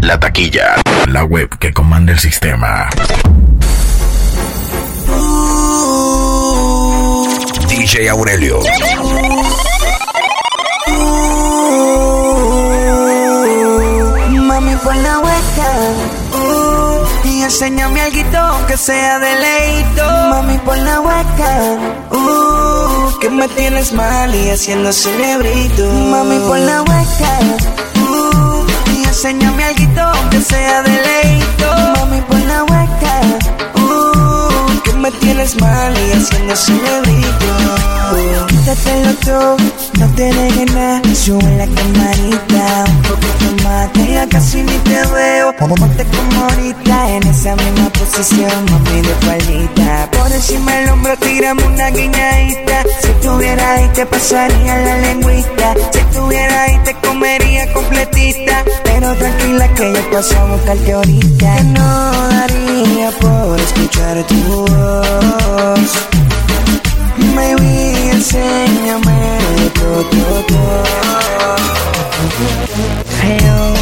La Taquilla, la web que comanda el sistema. DJ Aurelio. Mami, pon la hueca y enséñame algo que sea de leíto. Mami, pon la hueca que me tienes mal y haciendo cerebrito. Mami, pon la hueca y enséñame algo que sea de leíto. Mami, pon la hueca que me tienes mal y haciendo cerebrito. Quítatelo todo, no te dejes nada. Sube la camarita un poquito más, que ya casi ni te veo. Ponte como ahorita en esa misma posición, mami, de espaldita. Por encima del hombro tírame una guiñadita. Si estuviera ahí te pasaría la lengüita. Si estuviera ahí te comería completita. Pero tranquila que yo paso a buscarte ahorita. Que no daría por escuchar tu voz. Baby, enséñame todo. Hello,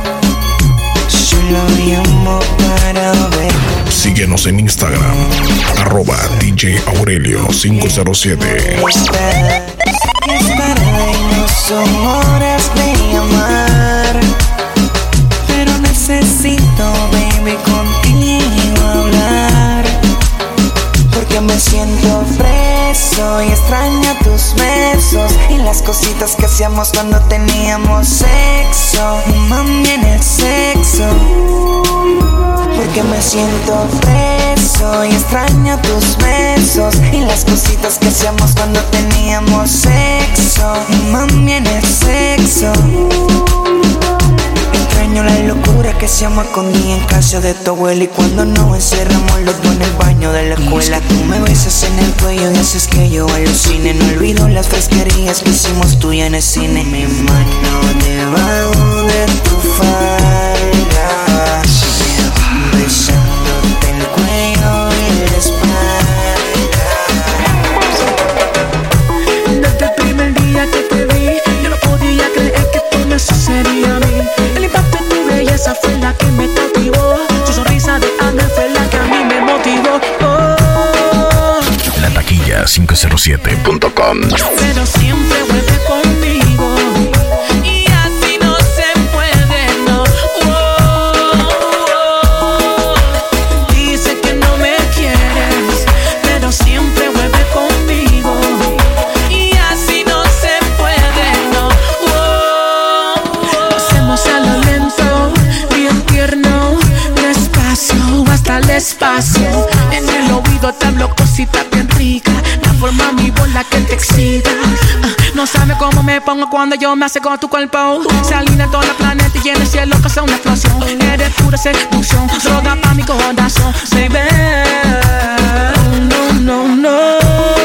solo llamo para ver. Síguenos en Instagram, @DJ Aurelio 507. Es tarde y no son horas de llamar, pero necesito, baby, contigo hablar. Porque me siento preso y extraño tus besos y las cositas que hacíamos cuando teníamos sexo. Mami, en el sexo. Porque me siento preso y extraño tus besos y las cositas que hacíamos cuando teníamos sexo. Mami, en el sexo. Extraño la locura que hacíamos escondida en casa de tu abuela y cuando nos encerramos los dos en el baño de la escuela. Tú me besas en el cuello y haces que yo alucine. No olvido las fresquerías que hicimos tú y en el cine. Mi mano debajo de tu falda, besándote el cuello y la espalda. Desde el primer día que te vi, yo no podía creer que tú me sucedía a mí. El impacto de tu belleza fue la que me cautivó. Tu sonrisa de ángel fue la que a mí me motivó. La Taquilla 507.com. Pero siempre vuelve conmigo y así no se puede, no. Dice que no me quieres, pero siempre vuelve conmigo y así no se puede, no. Lo hacemos a lo lento, bien tierno, despacio, hasta el espacio. En el oído te hablo cositas bien ricas. La forma mi voz la que te excita. No sabes cómo me pongo cuando yo me acerco a tu cuerpo. Se alinea todo el planeta y en el cielo causa una explosión. Eres pura seducción, droga pa' mi corazón, baby. No, no, no.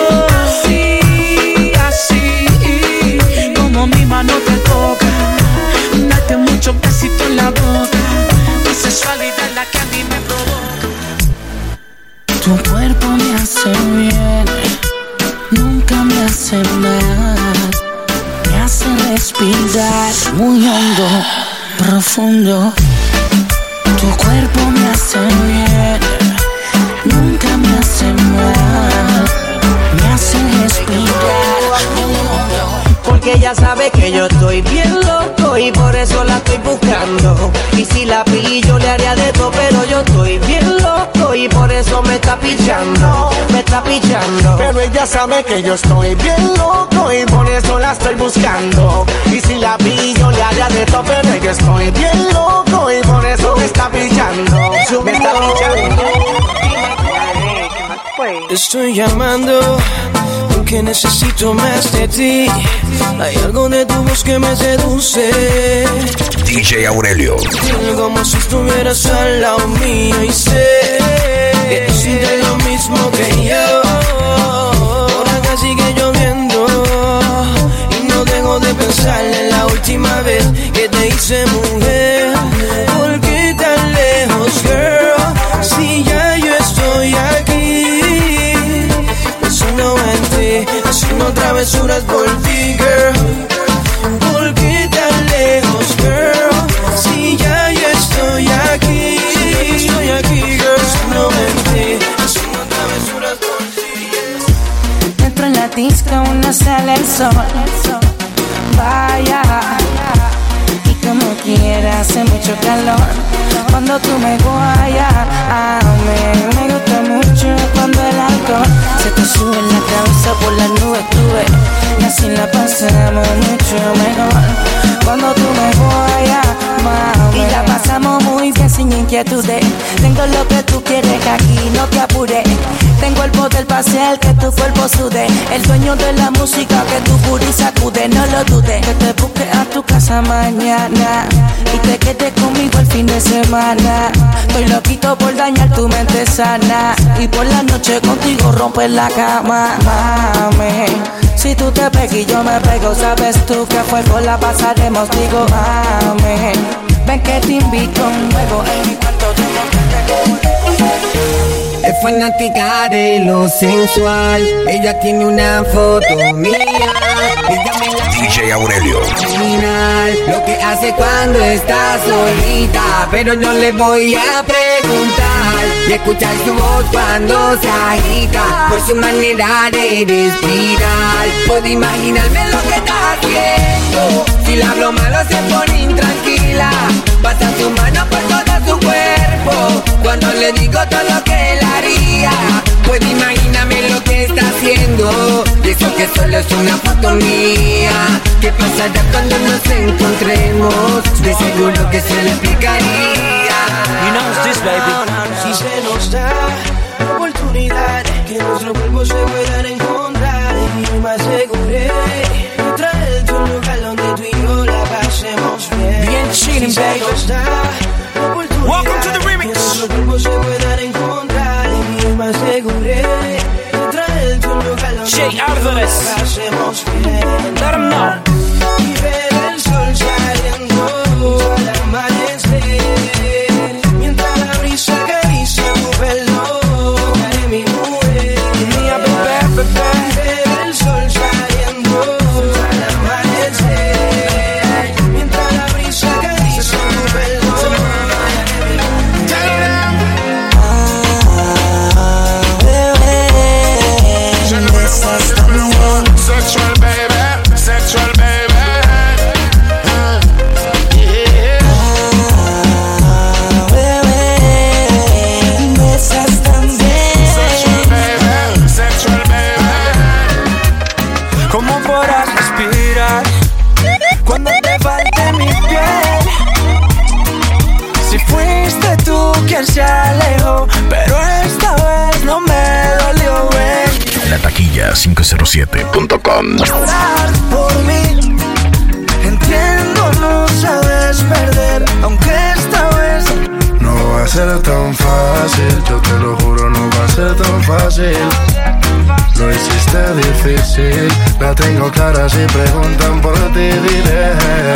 Sí, así como mi mano te toca. Date muchos besitos en la boca. Tu sensualidad es la que a mí me provoca. Tu cuerpo me hace bien, nunca me hace mal. Me hace respirar muy hondo, profundo. Tu cuerpo me hace bien, nunca me hace mal. Me hace respirar muy hondo. Porque ella sabe que yo estoy bien loco y por eso la estoy buscando. Y si la pillo le haría de todo, pero yo estoy bien loco y por eso me está pichando, me está pichando. Pero ella sabe que yo estoy bien loco y por eso la estoy buscando. Y si la pillo le haría de todo, pero yo estoy bien loco y por eso me está pichando, me está pichando. Estoy llamando porque necesito más de ti. Hay algo de tu voz que me seduce. DJ Aurelio. Como si estuvieras al lado mío y sé que tú sientes lo mismo que yo. Por acá sigue lloviendo y no dejo de pensar en la última vez que te hice mujer. ¿Por qué tan lejos, girl? Si ya yo estoy aquí, pensando en ti, haciendo travesuras por ti, girl. ¿Por qué tan lejos, girl? Si ya yo estoy disco no sale el sol. Vaya, y como quiera hace mucho calor cuando tú me guayas. A mí me gusta mucho cuando el alcohol se te sube en la cabeza, por las nubes tuve, y así la pasamos mucho mejor cuando tú me guayas, mami. Y la pasamos muy bien sin inquietudes. Tengo lo que tú quieres, aquí no te apures. Tengo el poder para hacer que tu cuerpo sude. El dueño de la música que tu booty sacude. No lo dudes, que te busque a tu casa mañana y te quedes conmigo el fin de semana. Estoy loquito por dañar tu mente sana y por la noche contigo romper la cama, mami. Si tú te pegas y yo me pego, sabes tú que a fuego la pasaremos, digo, mami. Ven que te invito a un juego en mi cuarto de es fanática de lo sensual. Ella tiene una foto mía. Ella me la DJ Aurelio. lo que hace cuando está solita, pero no le voy a preguntar. Y escuchar su voz cuando se agita, por su manera de respirar. Puedo imaginarme lo que está haciendo. Si le hablo malo se pone intranquila. Pasa su mano por todo su cuerpo cuando le digo todo lo que él haría. Puedo imaginarme lo que está haciendo. Y eso que solo es una foto mía. ¿Qué pasará cuando nos encontremos? De seguro que se le explicaría. You know it's this, baby. Si se nos da la oportunidad que nuestro cuerpo se puedan encontrar, y me aseguré de traerte a un lugar donde tú y yo la pasemos bien. Bien chilling, si baby. se nos da la oportunidad Welcome to the remix. que nuestro cuerpo se puedan encontrar, y me aseguré de traerte a un lugar donde Jay tú y yo Álvarez. la pasemos bien. Let 'em know. Y ver el sol saliendo al amanecer, mientras la brisa acaricia tu pelo, cae mi mujer. Mía, bebé, bebé. Ver el sol saliendo al amanecer, mientras la brisa acaricia tu pelo, cae mi Sexual baby, sexual baby. Sexual baby, sexual baby. ¿Cómo podrás respirar cuando te falte mi piel? Si fuiste tú quien se alejó, pero esta vez no me dolió, ven. La taquilla 507.com. Llorar por mí, entiendo, no sabes perder, aunque esta vez No va a ser tan fácil, yo te lo juro, no va a ser tan fácil. Lo hiciste difícil, la tengo clara, si preguntan por ti diré.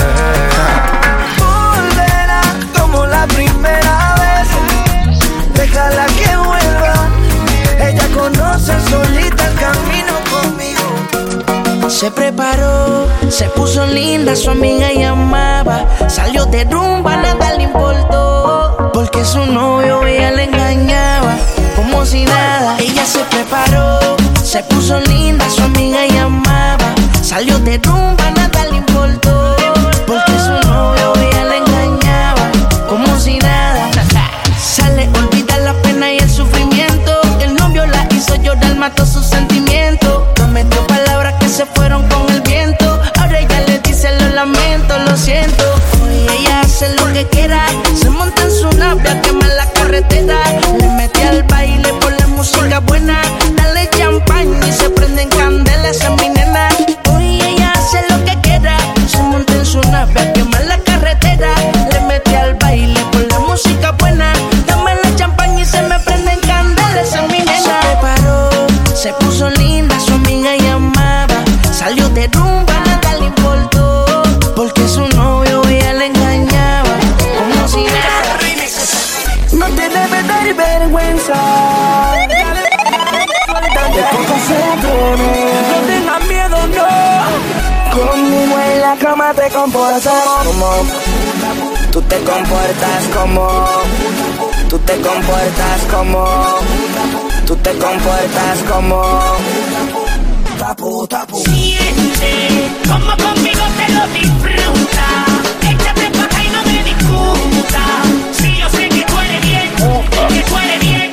volverá como la primera vez. Déjala que vuelva, ella conoce solita el camino conmigo. Se preparó, se puso linda, su amiga llamaba. Salió de rumba, nada le importó, porque su novio ella le engañaba, como si nada. Ella se preparó, se puso linda, su amiga llamaba. Salió de rumba, nada le importó, porque su novio ella le engañaba, como si nada. Sale, olvida la pena y el sufrimiento. El novio la hizo llorar, mató sus sentimientos. Prometió palabras que se fueron con el viento. Ahora ella le dice lo lamento, lo siento. Hoy ella hace lo que quiera, se monta en su nave a quemar la carretera. Le mete al baile por la música buena. Dale champán y se prenden candelas a mi nena. Hoy ella hace lo que quiera, se monta en su nave a quemar la carretera. Le mete al baile por la música buena. Dame la champán y se me prenden candelas a mi nena. Se preparó, se puso linda, su amiga llamaba. Salió de rumba, nada le importó, porque su novio ella le engañaba, como si nada. No te debe dar vergüenza de poco se atreve. No tengas miedo, no. Conmigo en la cama te comportas como tú te comportas, como tú te comportas, como tú te comportas, como Siente como conmigo te lo disfruta. Échate pa' acá y no me discuta. Si yo sé que tú eres bien, que tú eres bien.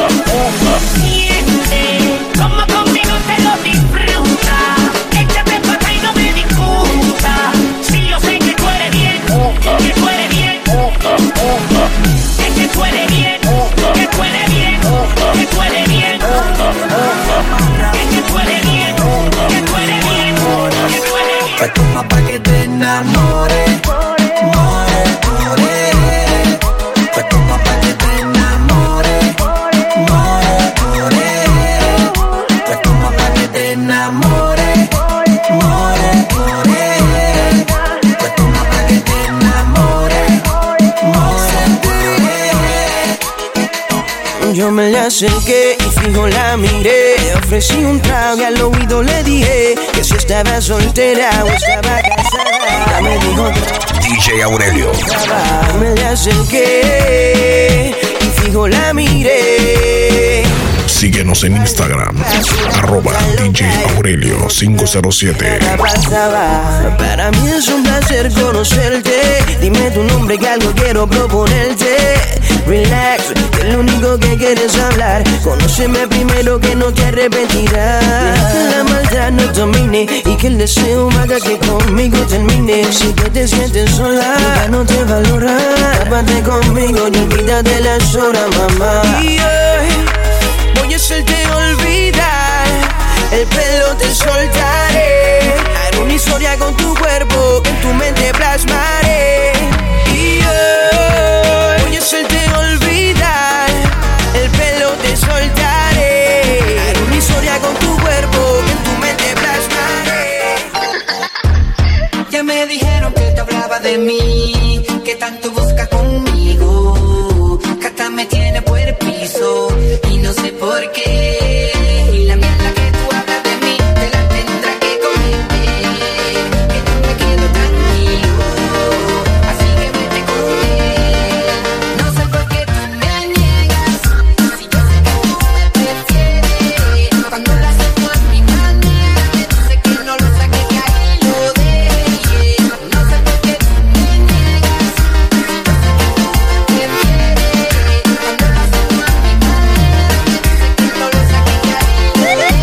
Siente como conmigo te lo disfruta. Échate pa' acá y no me discuta. Si yo sé que tú eres bien, que tú eres bien. Es que tú eres bien, que tú eres bien, que tú eres bien. Es que tú eres bien, que tú eres bien, que tú eres bien. Pues toma pa' que te enamores, more, more. Pues toma pa' que te enamores, more, more. Pues toma pa' que te enamores, more, more. Pues toma pa' que te enamores, more. Yo me le acerqué y fijo la miré. Ofrecí un trago y al oído le dije que si estaba soltera o estaba casada. Me dijo DJ Aurelio. me le acerqué y fijo la miré. Síguenos en Instagram, @DJ Aurelio 507. Para mí es un placer conocerte. Dime tu nombre que algo quiero proponerte. Relax, que lo único que quieres hablar. Conóceme primero que no te arrepentirás. Que la maldad no domine y que el deseo haga que conmigo termine. Si te sientes sola, ya no te valora. Tápate conmigo y olvídate las horas, mamá. Y hoy voy a hacerte olvidar. El pelo te soltaré. Haré una historia con tu cuerpo que en tu mente plasmaré. Y hoy voy a hacerte olvidar. El pelo te soltaré. Haré una historia con tu cuerpo que en tu mente plasmaré. Ya me dijeron que te hablaba de mí, que tanto busca conmigo, que hasta me tiene por el piso y no sé por qué. Y la mierda que tú hablas de mí te la tendrá que comer, que yo me quedo tranquilo, así que vete con él. No sé por qué tú me niegas, si yo sé que tú me prefieres. Cuando lo haces tú a mi manera, me dice que no lo saques que ahí lo dejes. No sé por qué tú me niegas, si yo sé que tú me prefieres. Cuando lo haces tú a mi manera, me dice que no lo saques que ahí lo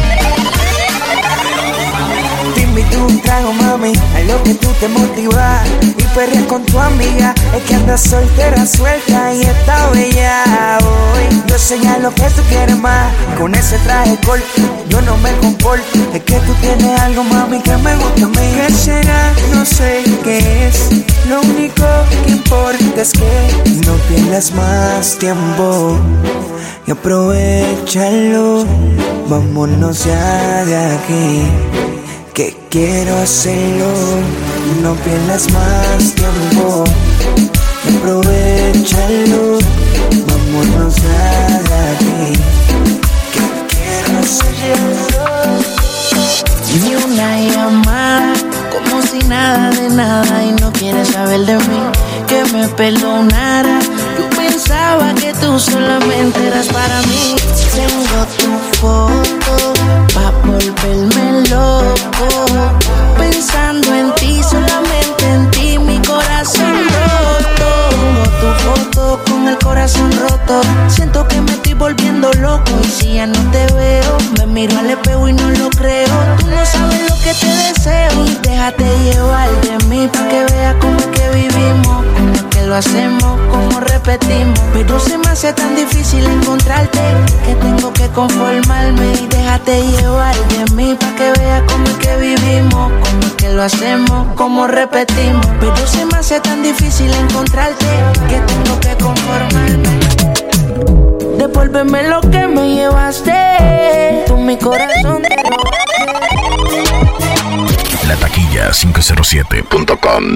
dejes. Te invito un trago, mami, a lo que tú te motivas. Y perreas con tu amiga, es que andas soltera, suelta y está bella hoy. Yo señalo que tú quieres más, con ese traje corto, yo no me comporto. Es que tú tienes algo, mami, que me gusta a mí. ¿Qué será? No sé qué es, lo único que importa es que no pierdas más tiempo y aprovechalo. Vámonos ya de aquí, que quiero hacerlo. No pierdas más tiempo y aprovechalo. Vámonos ya de aquí, que quiero hacerlo. Ni una llamada, como si nada de nada y no quieres saber de mí, que me perdonara. Yo pensaba que tú solamente eras para mí. Tengo tu foto pa' volverme loco, pensando en ti, solamente en ti, mi corazón roto. Tengo tu foto con el corazón roto, siento que me estoy volviendo loco. Y si ya no te veo, me miro al espejo y no lo creo. Tú no sabes lo que te deseo y déjate llevar de mí pa' que veas cómo es que vivimos, cómo es que lo hacemos, cómo repetimos. Pero se me hace tan difícil encontrarte que tengo que conformarme y déjate llevar de mí pa' que veas cómo es que vivimos, cómo es que lo hacemos, cómo repetimos. Pero se me hace tan difícil encontrarte que tengo que conformarme. Devuélveme lo que me llevaste, tú mi corazón te robaste. La taquilla 507.com.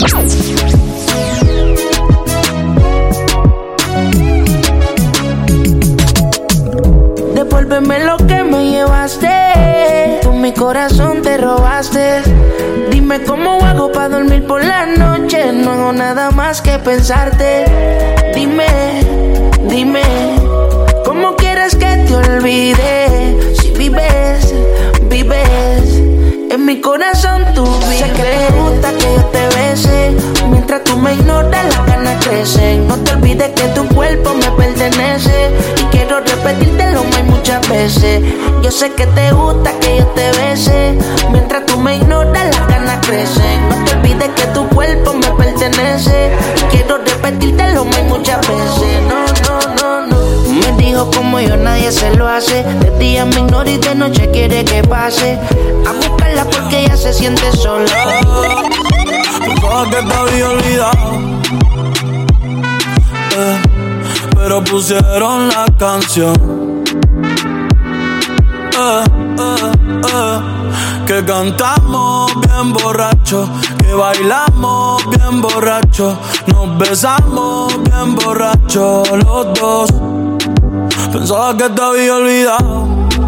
Devuélveme lo que me llevaste, tú mi corazón te robaste. Dime cómo hago para dormir por la noche, no hago nada más que pensarte. Dime, dime, ¿cómo quieres que te olvide? Si vives, vives mi corazón tú vives. Sé que te gusta que yo te bese, mientras tú me ignoras las ganas crecen. No te olvides que tu cuerpo me pertenece y quiero repetírtelo más muchas veces. Yo sé que te gusta que yo te bese, mientras tú me ignoras las ganas crecen. No te olvides que tu cuerpo me pertenece y quiero repetírtelo más muchas veces. No, no, no, no. Me dijo como yo nadie se lo hace. De día me ignora y de noche quiere que pase a buscarla porque ella se siente sola. Pensaba que te había olvidado, pero pusieron la canción que cantamos bien borracho, que bailamos bien borracho, nos besamos bien borracho los dos. Pensaba que te había olvidado,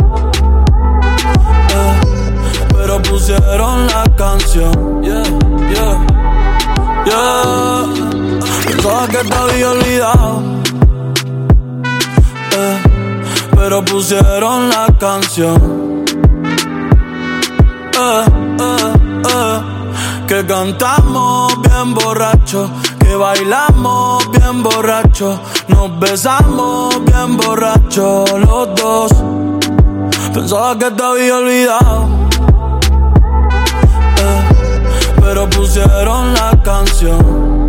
pero pusieron la canción, yeah, yeah, yeah. Pensaba que te había olvidado, pero pusieron la canción, que cantamos bien borracho, que bailamos bien borracho, nos besamos bien borracho los dos. Pensaba que te había olvidado, pero pusieron la canción,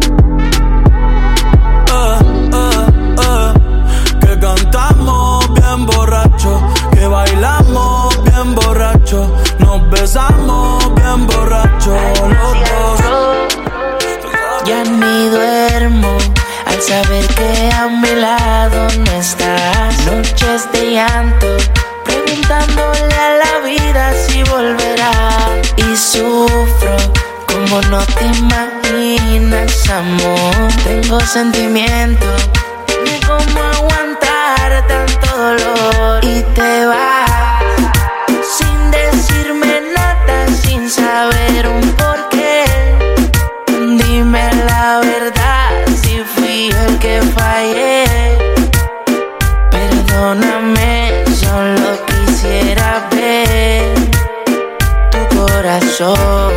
que cantamos bien borracho, que bailamos bien borracho, nos besamos bien borracho los dos. Ya ni duermo al saber que a mi lado no estás. Noches de llanto, preguntándole a la vida si volverá. Y sufro como no te imaginas, amor. Tengo sentimientos de cómo aguantar tanto dolor. Y te vas sin decirme nada, sin saber un porqué. Dime la verdad, si fui el que fallé. Perdóname, solo quisiera ver tu corazón.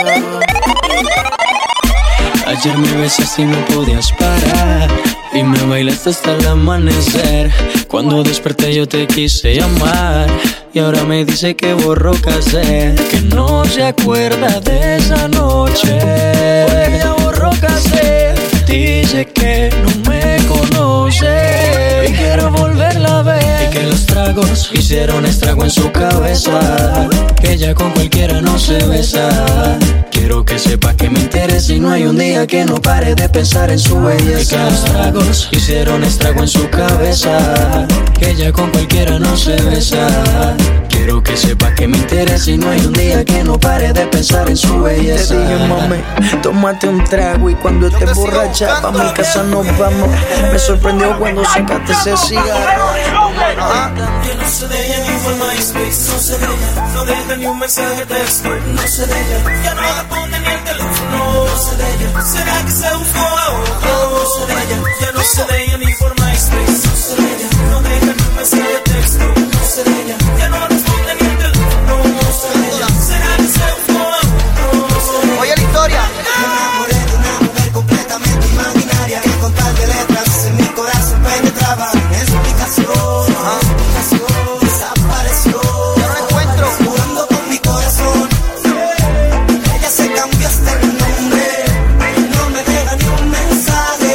Ayer me besaste y no podías parar, y me bailaste hasta el amanecer. Cuando desperté yo te quise llamar, y ahora me dice que borró cassette, que no se acuerda de esa noche. Porque ella borró cassette. Dice que no me conoce y quiero volverla a ver, y que los tragos hicieron estrago en su cabeza, que ella con cualquiera no se besa. Quiero que sepa que me interesa y no hay un día que no pare de pensar en su belleza. Y que los tragos hicieron estrago en su cabeza, que ella con cualquiera no se besa. Quiero que sepa que me interesa y no hay un día que no pare de pensar en su belleza. Te dije, mami, tómate un trago y cuando estés borracha pa' mi casa nos vamos. Me sorprendió cuando sacaste ese cigarro. Que no se deje ni por MySpace, no se deja, no deja ni un mensaje de texto, no se deja, ya no responde ni el teléfono, no se deja, será que se buscó a otro, no se deja, ya no se deja ni por MySpace, no se deja, no deja ni un mensaje de texto, no se deja, ya no responde ni el teléfono, no se deja, será que se buscó a otro, no se deja. Oye la historia. Me enamoré de una mujer completamente imaginaria, que con tal de letras en mi corazón penetraba. Explicación, desapareció. Ya no la encuentro. Jugando con mi corazón. Ella se cambió hasta el nombre. No me deja ni un mensaje.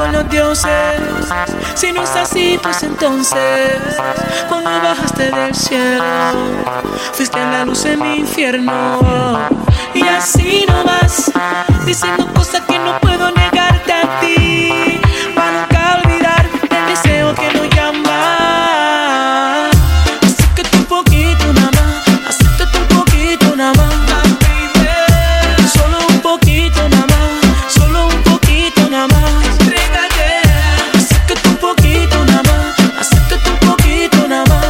con los dioses. Si no es así, pues entonces, cuando bajaste del cielo, fuiste la luz en mi infierno. Y así no vas, diciendo cosas que no puedo negarte a ti, para nunca olvidar el deseo que nos llama. Acércate un poquito nada más, acércate un poquito nada más, solo un poquito nada más, solo un poquito nada más. Entrégate, acércate un poquito nada más, acércate un poquito nada más,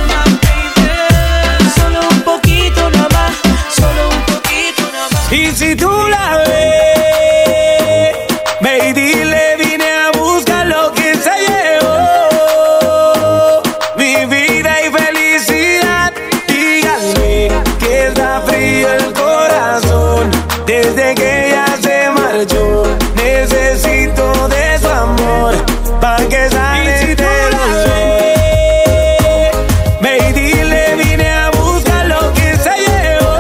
solo un poquito nada más, solo un poquito nada más. Y si tú la ves, ve y dile, vine a buscar lo que se llevó, mi vida y felicidad. Díganme que está frío el corazón desde que ella se marchó. Necesito de su amor para que sane este dolor. Ve y dile, vine a buscar lo que se llevó,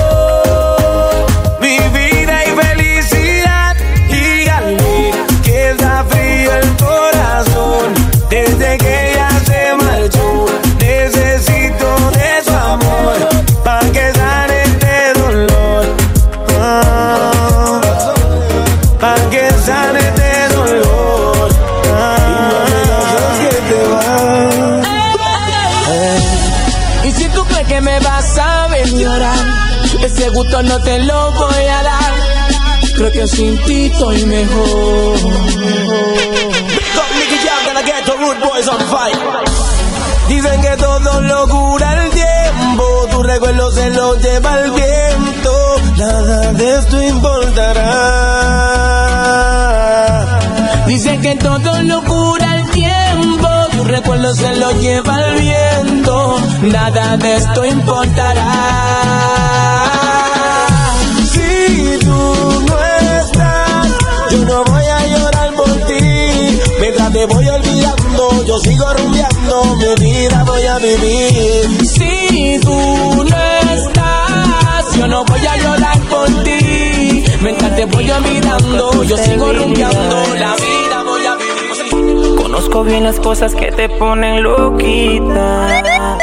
mi vida y felicidad. Díganme que está frío el corazón desde que ella se marchó. Necesito de su amor para que sane este dolor, para que sane este dolor. Y si tú crees que me vas a ver llorar, ese gusto no te lo voy a dar. Creo que sin ti estoy mejor. Dicen que todo lo cura el tiempo, tu recuerdo se lo lleva el viento, nada de esto importará. Dicen que todo lo cura el tiempo, tu recuerdo se lo lleva el viento, nada de esto importará. Si tú no estás, yo no voy a llorar por ti. Mientras te voy olvidando, yo sigo rumbeando, mi vida voy a vivir. Si tú no estás, yo no voy a llorar por ti. Mientras te voy olvidando, yo sigo rumbeando, la vida voy a vivir. Conozco bien las cosas que te ponen loquita.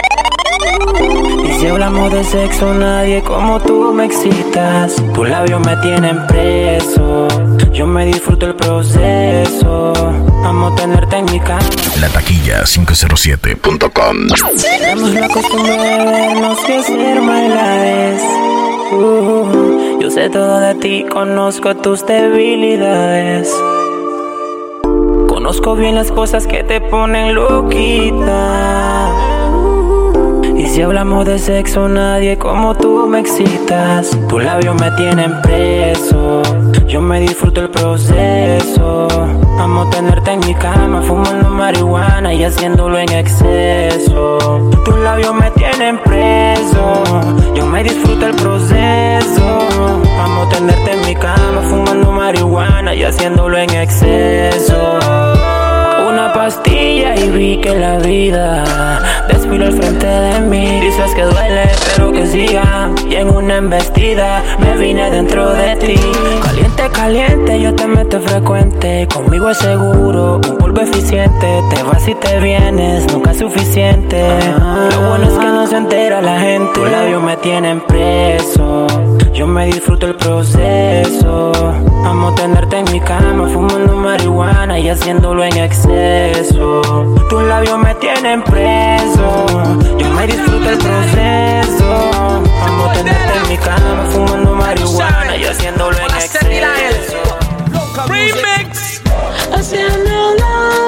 Y si hablamos de sexo, nadie como tú me excitas. Tus labios me tienen preso, yo me disfruto el proceso. Amo tenerte en mi cama. Lataquilla507.com. Tenemos la costumbre de vernos y hacer maldades. Yo sé todo de ti, conozco tus debilidades. Conozco bien las cosas que te ponen loquita. Y si hablamos de sexo, nadie como tú me excitas. Tus labios me tienen preso, yo me disfruto el proceso. Amo tenerte en mi cama, fumando marihuana y haciéndolo en exceso. Tus labios me tienen preso, yo me disfruto el proceso. Amo tenerte en mi cama, fumando marihuana y haciéndolo en exceso. Una pastilla y vi que la vida desfiló al frente de mí. Dices que duele, pero que siga. Y en una embestida me vine dentro de ti. Caliente, caliente, yo te meto frecuente. Conmigo es seguro, un polvo eficiente. Te vas y te vienes, nunca es suficiente. Lo bueno es que no se entera la gente. Tus labios me tienen preso, yo me disfruto el proceso. Amo tenerte en mi cama, fumando marihuana y haciéndolo en exceso. Tus labios me tienen preso, yo me disfruto el proceso. Amo tenerte en mi cama, fumando marihuana y haciéndolo en exceso. Remix. Haciéndolo,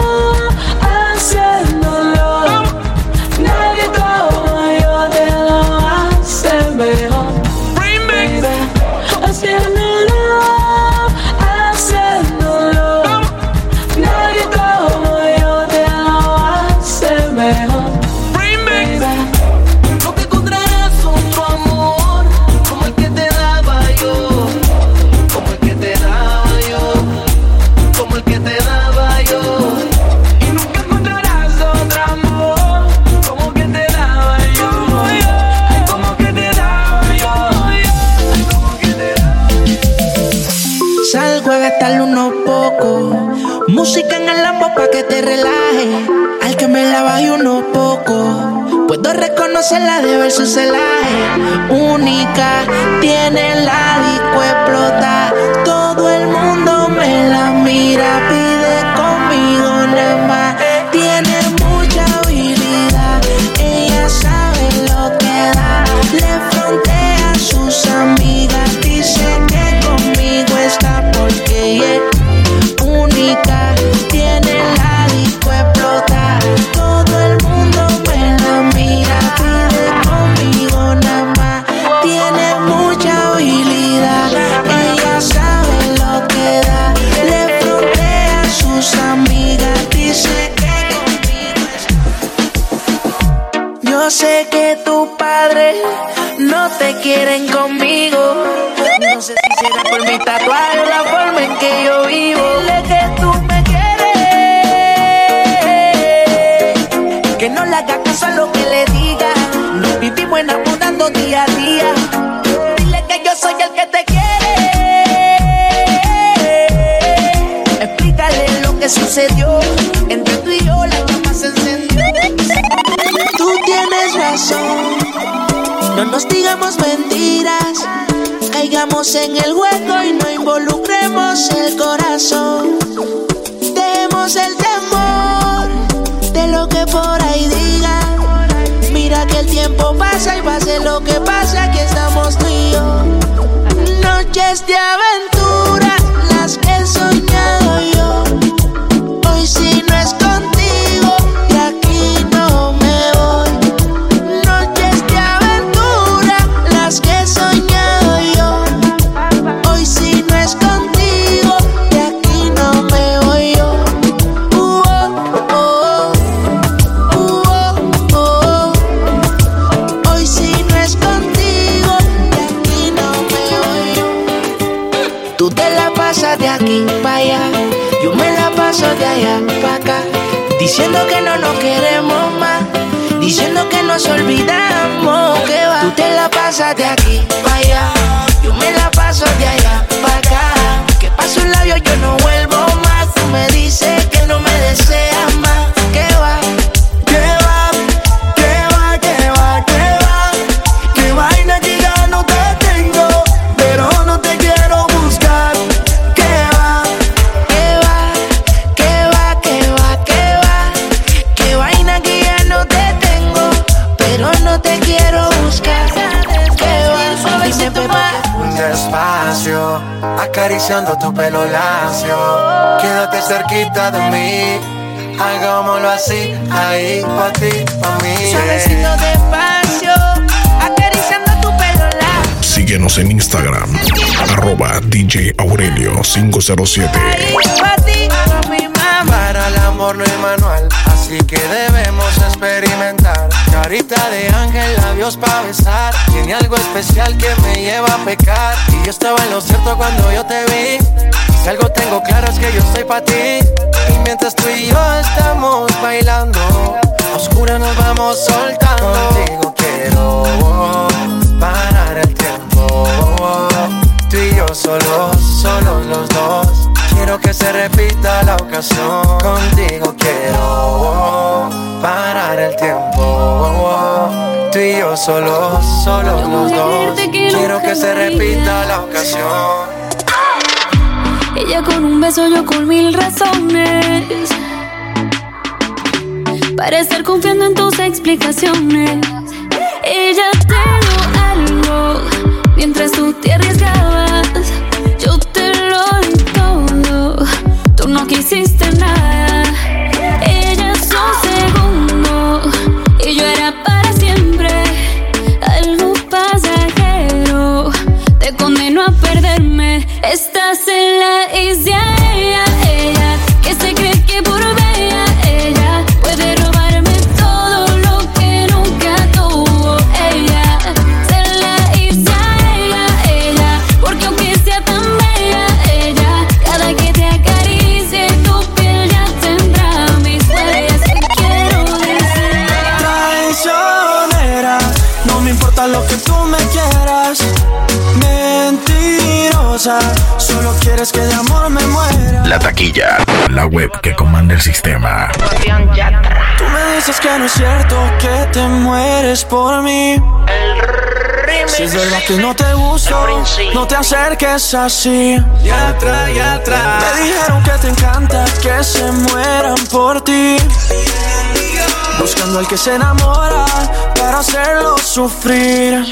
haciéndolo. Nadie como yo te lo hace mejor. Remix. Haciéndolo, haciéndolo. Nadie como yo te lo hace mejor. Remix. Lo que encontrarás es otro amor, como el que te daba yo, como el salgo a gastarle unos pocos. Música en el Lambo pa' que te relaje. Al que me la baje unos pocos. Puedo reconocerla de ver su celaje. Única, tiene la disco explota. Todo el mundo me la mira, pide conmigo nada más. Tiene mucha habilidad, ella sabe lo que da. Le frontea a sus amigas, dice que conmigo está porque ella es única. Tiene la disco explota. Todo el mundo me la mira, pide conmigo nada más. Tiene mucha habilidad, ella sabe lo que da. Le frontea a sus amigas, dice que conmigo está. Yo sé que tus padres no te quieren conmigo. No sé si será por mi tatuaje o la forma en que yo vivo. Dile que tú me quieres, que no le hagas caso a lo que le diga. Nos vivimos enamorando día a día. Dile que yo soy el que te quiere. Explícale lo que sucedió. Entre tú y yo la llama se encendió. Tú tienes razón, no nos digamos mentiras. Caigamos en el hueco y no involucremos el corazón. Dejemos el temor de lo que por ahí digan. Mira que el tiempo pasa y pase lo que pase, aquí estamos tú y yo. Noches de aventura, las que he soñado yo. Hoy si no es contigo, de aquí no me voy. Noches de aventura, las que he soñado yo. Hoy si no es contigo, de aquí no me voy yo. Hoy si no es contigo, de aquí no me voy yo. Tú te la pasas de aquí para allá, yo me la paso de allá para acá. Diciendo que no nos queremos más, diciendo que nos olvidamos, que va. Tú te la pasas de aquí para allá, yo me la paso de allá para acá. Que paso un labio, yo no vuelvo más. Tú me dices que no me deseas más, que va. Que va, que va, que va, que va. Que vaina que ya no te tengo, pero no te quiero buscar. Que va, Que va, que va, que va, que va. Que vaina que ya no te tengo, pero no te quiero buscar. Que va, suavecito más. despacio, acariciando tu pelo lacio. Quédate cerquita de mí, hagámoslo así, ahí, pa' ti, pa' mí. Suavecito despacio, acariciando tu pelo lacio. Síguenos en Instagram, @DJ Aurelio 507. Ahí, pa' ti, pa' mi mamá. Para el amor no hay manual, así que debemos experimentar. Carita de ángel, labios pa' besar. Tiene algo especial que me lleva a pecar. Y yo estaba en lo cierto cuando yo te vi. Si algo tengo claro es que yo estoy pa' ti. Y mientras tú y yo estamos bailando, a oscuras nos vamos soltando. Contigo quiero parar el tiempo. Tú y yo solos, solos los dos. Quiero que se repita la ocasión. Contigo quiero parar el tiempo. Tú y yo solos, solos los dos. Quiero que se repita la ocasión. Ella con un beso, yo con 1000 razones para estar confiando en tus explicaciones. Ella te dio algo mientras tú te arriesgabas. Yo te lo di todo, tú no quisiste nada. Ella es un segundo y yo era para siempre. Algo pasajero te condenó a perderme. Estás en la isla, ella que se cree que por bella ella puede robarme todo lo que nunca tuvo. Ella es en la isla, ella Solo quieres que de amor me muera. La Taquilla, la web que comanda el sistema. Tú me dices que no es cierto, que te mueres por mí. Si es verdad que no te gusto, no te acerques así. Yatra. Me dijeron que te encanta que se mueran por ti. Buscando al que se enamora para hacerlo sufrir.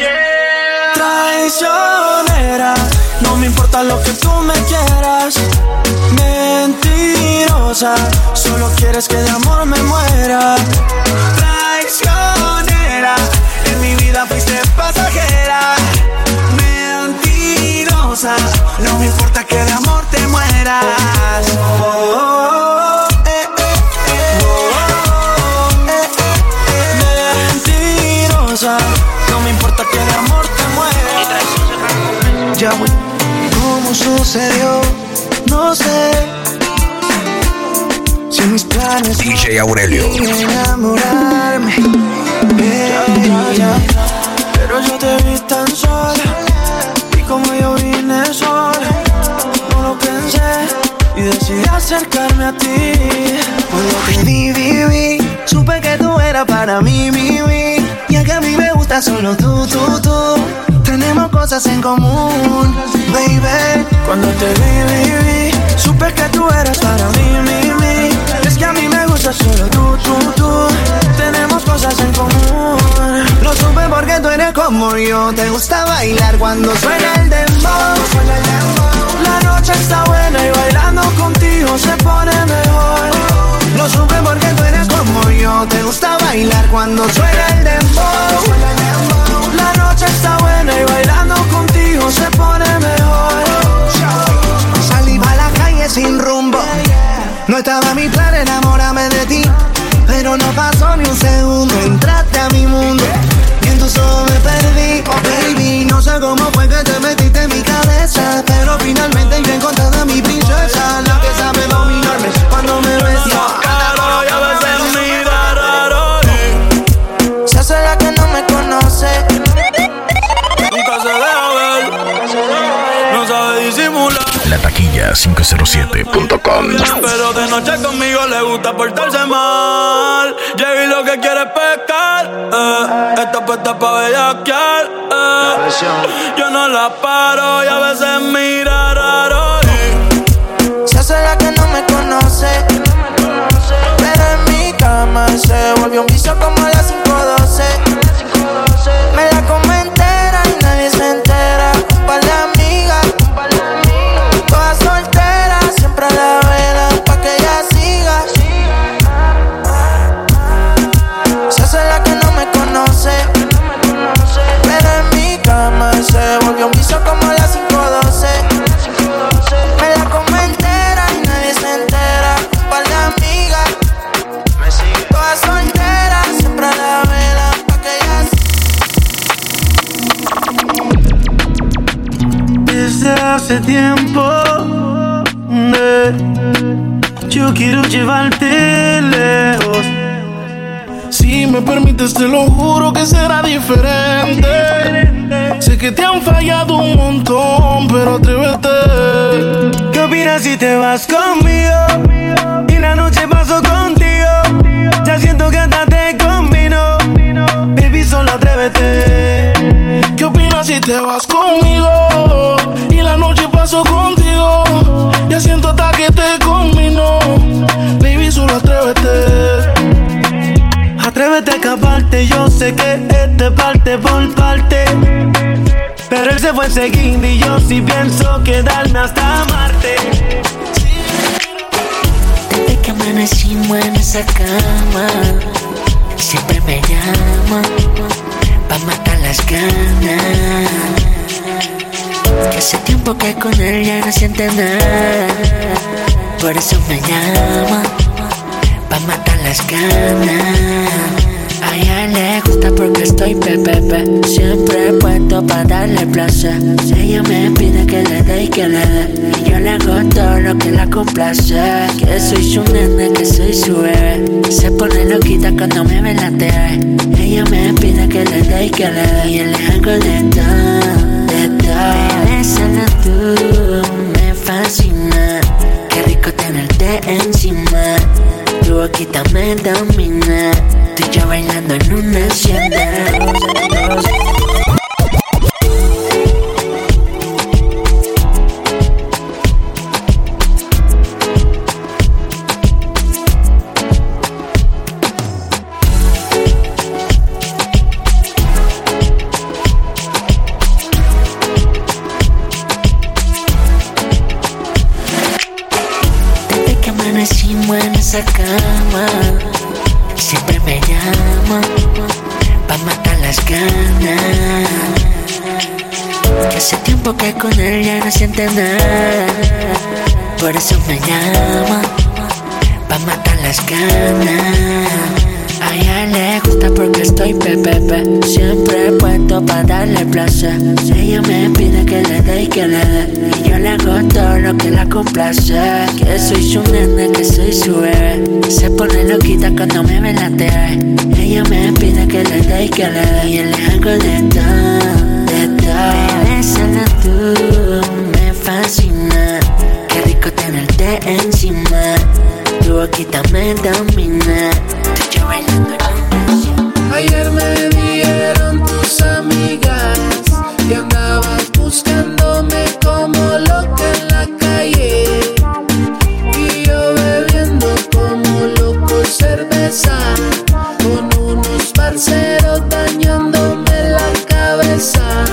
Traicionera, no me importa lo que tú me quieras. Mentirosa, solo quieres que de amor me muera. Traicionera, en mi vida fuiste pasajera. Mentirosa, no me importa que de amor te mueras. Mentirosa, no me importa que de amor te mueras. Ya voy. ¿Cómo sucedió? No sé. Si mis planes DJ Aurelio. Enamorarme. Pero yo te vi tan sola. Y como yo vine sola, no lo pensé y decidí acercarme a ti. Cuando te viví, supe que tú eras para mí, y es que a mí me gusta solo tú. Tenemos cosas en común, baby. Cuando te vi, supe que tú eras para mí, es que a mí me gusta solo tú. Tenemos cosas en común. Lo supe porque tú eres como yo. Te gusta bailar cuando suena el dembow. La noche está buena y bailando contigo se pone mejor. Lo supe porque tú eres como yo. Te gusta bailar cuando suena el dembow. La noche está buena y bailando contigo se pone mejor. Salí pa' la calle sin rumbo. No estaba mi plan enamorarme de ti, pero no pasó ni un segundo. Entraste a mi mundo y en tus ojos me perdí. Oh baby, no sé cómo fue que te metiste en mi cabeza, pero finalmente yo he encontrado a mi princesa, la que sabe dominarme cuando me besa. Y a veces mira raro. Se hace la que no me conoce. Nunca se deja ver, no sabe disimular. La Taquilla 507.com. Pero de noche conmigo le gusta portarse mal. Llegué y lo que quiere es pescar. Esta puesta pa' bellaquear. Yo no la paro y a veces mira raro. Se hace la que no me conoce, pero en mi cama se volvió un vicio como a las 5:12. Me la come entera y nadie se entera. Un par de amigas, todas solteras, siempre a la vela pa' que ella siga. Se hace la que no me conoce, pero en mi cama se volvió un vicio como a las 5:12. Me la come entera y nadie se entera. Un par de amigas, todas solteras, siempre a la vela pa' que ella siga. Desde hace tiempo yo quiero llevarte lejos. Si me permites te lo juro que será diferente. Sé que te han fallado un montón, pero atrévete. ¿Qué opinas si te vas conmigo y la noche paso contigo? Ya siento que hasta te combino, baby, solo atrévete. ¿Qué opinas si te vas conmigo y la noche paso contigo? Ya siento hasta que te combino, baby, solo atrévete. Atrévete a escaparte, yo sé que este parte por parte, pero él se fue enseguida y yo sí pienso quedarme hasta Marte. Desde que amanecimos en esa cama, siempre me llama pa' matar las ganas. Que hace tiempo que con él ya no siente nada, por eso me llama pa' matar las ganas. A ella le gusta porque estoy pepepe, siempre puesto pa' darle placer. Ella me pide que le dé y que le dé, y yo le hago todo lo que la complace. Que soy su nene, que soy su bebé, se pone loquita cuando me ve la TV. Ella me pide que le dé y que le dé, y yo le hago de todo, de todo. Bésala tú, encima. Tu boquita me domina. Tú y yo bailando en una hacienda. En esa cama siempre me llama pa' matar las ganas. Que hace tiempo que con él ya no siente nada. Por eso me llama pa' matar las ganas. A ella le gusta porque estoy pepepe. Siempre puesto pa' darle placer. Ella me pide que le dé y que le dé. Y yo le hago todo lo que la complace. Que soy su nena, que soy su bebé. Se pone loquita cuando me ve la TV. Ella me pide que le dé y que le dé. Y yo le hago de todo, de todo. Bésala tú, me fascina. Qué rico tenerte encima. Tu boquita me domina. Ayer me dijeron tus amigas que andabas buscándome como loca en la calle. Y yo bebiendo como loco cerveza con unos parceros dañándome la cabeza.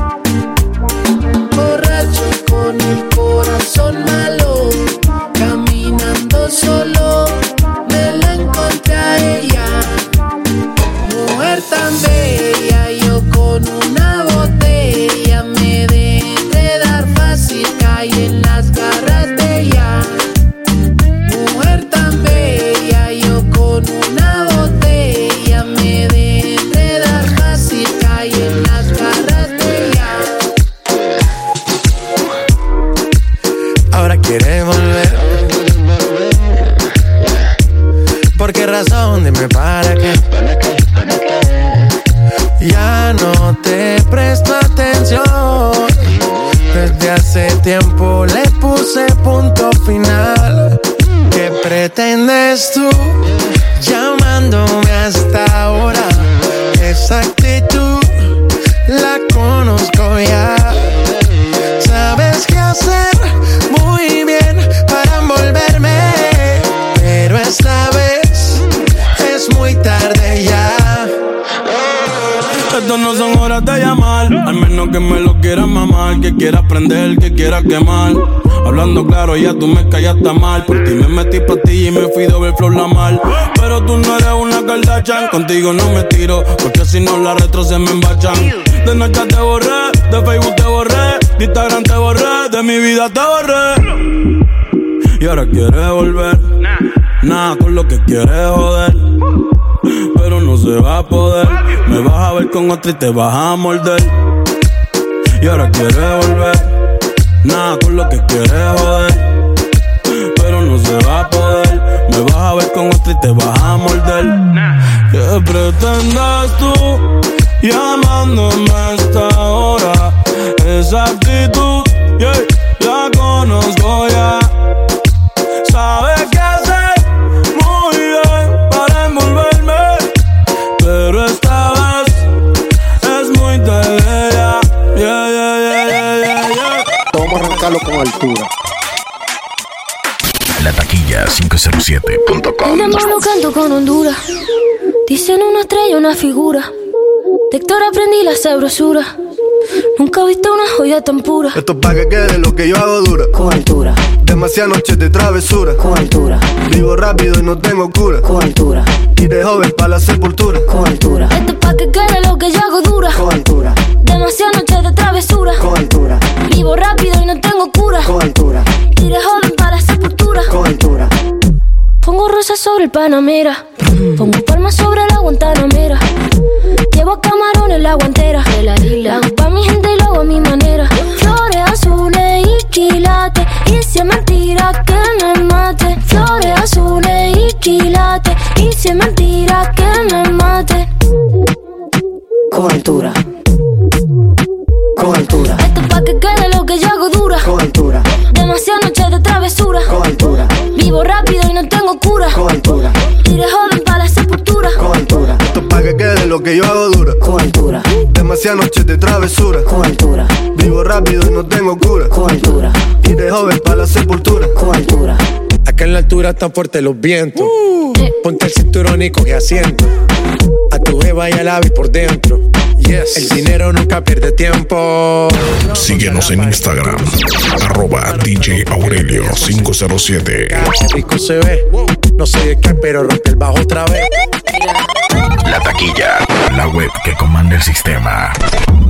Borracho con el corazón malo, caminando solo, me la encontré a ella. Mujer tan bella, yo con una botella me dejé dar fácil, caí en las garras de ella. Mujer tan bella, yo con una botella me dejé dar fácil, caí en las garras de ella. Ahora quiere volver. ¿Por qué razón? Dime para qué. Ya no te presto atención. Desde hace tiempo le puse punto final. ¿Qué pretendes tú llamándome hasta ahora? Esa actitud la conozco ya. Sabes qué hacer muy bien para envolverme, pero esta vez es muy tarde ya. Estas no son horas de llamar, al menos que me lo quieras mamar, que quieras prender, que quieras quemar. Hablando claro, ya tú me callaste mal. Por ti me metí pastilla y me fui doble flor la mal. Pero tú no eres una Kardashian, contigo no me tiro, porque si no las retro se me embachan. De noche te borré, de Facebook te borré, de Instagram te borré, de mi vida te borré. Y ahora quieres volver, nada con lo que quieres joder. Pero no se va a poder. Me vas a ver con otra y te vas a morder. Y ahora quieres volver, nada con lo que quieres joder. Pero no se va a poder. Me vas a ver con otra y te vas a morder. ¿Qué pretendes tú llamándome a esta hora? Esa actitud, yeah, la conozco ya. Sabes qué hacer muy bien para envolverme, pero esta vez es muy tarde ya. Yeah, yeah, yeah, yeah, yeah, yeah. Vamos a arrancarlo con altura. La taquilla 507.com. Enamorado canto con Honduras. Dicen una estrella, una figura. De Héctor aprendí la sabrosura. Nunca he visto una joya tan pura. Esto es pa' que quede lo que yo hago dura. Con altura. Demasiadas noches de travesura. Con altura. Vivo rápido y no tengo cura. Con altura. Y de joven pa' la sepultura. Con altura. Esto es pa' que quede lo que yo hago dura. Con altura. Demasiadas noches de travesura. Con altura. Vivo rápido y no tengo cura. Con altura. Y de joven pa' la sepultura. Con altura. Pongo rosas sobre el Panamera. Pongo palmas sobre la Guantanamera. Llevo camarones la guantera. La hago pa' mi gente y lo hago a mi manera. Flores azules y quilates. Y si es mentira que me mate. Flores azules y quilates. Y si es mentira que me mate. Con altura. Con altura. Esto es pa' que quede lo que yo hago dura. Con altura. Demasiadas noches de travesura. Con altura. Vivo rápido que yo hago dura. Con altura. Demasiadas noches de travesura. Con altura. Vivo rápido y no tengo cura. Con altura. Y de joven para la sepultura. Con altura. Acá en la altura están fuertes los vientos. Ponte el cinturón y coge asiento. A tu jeva y al ave por dentro. Yes. El dinero nunca pierde tiempo. Síguenos en Instagram, @DJ Aurelio 507. Rico se ve, no sé de qué, pero rompe el bajo otra vez. La Taquilla, la web que comanda el sistema.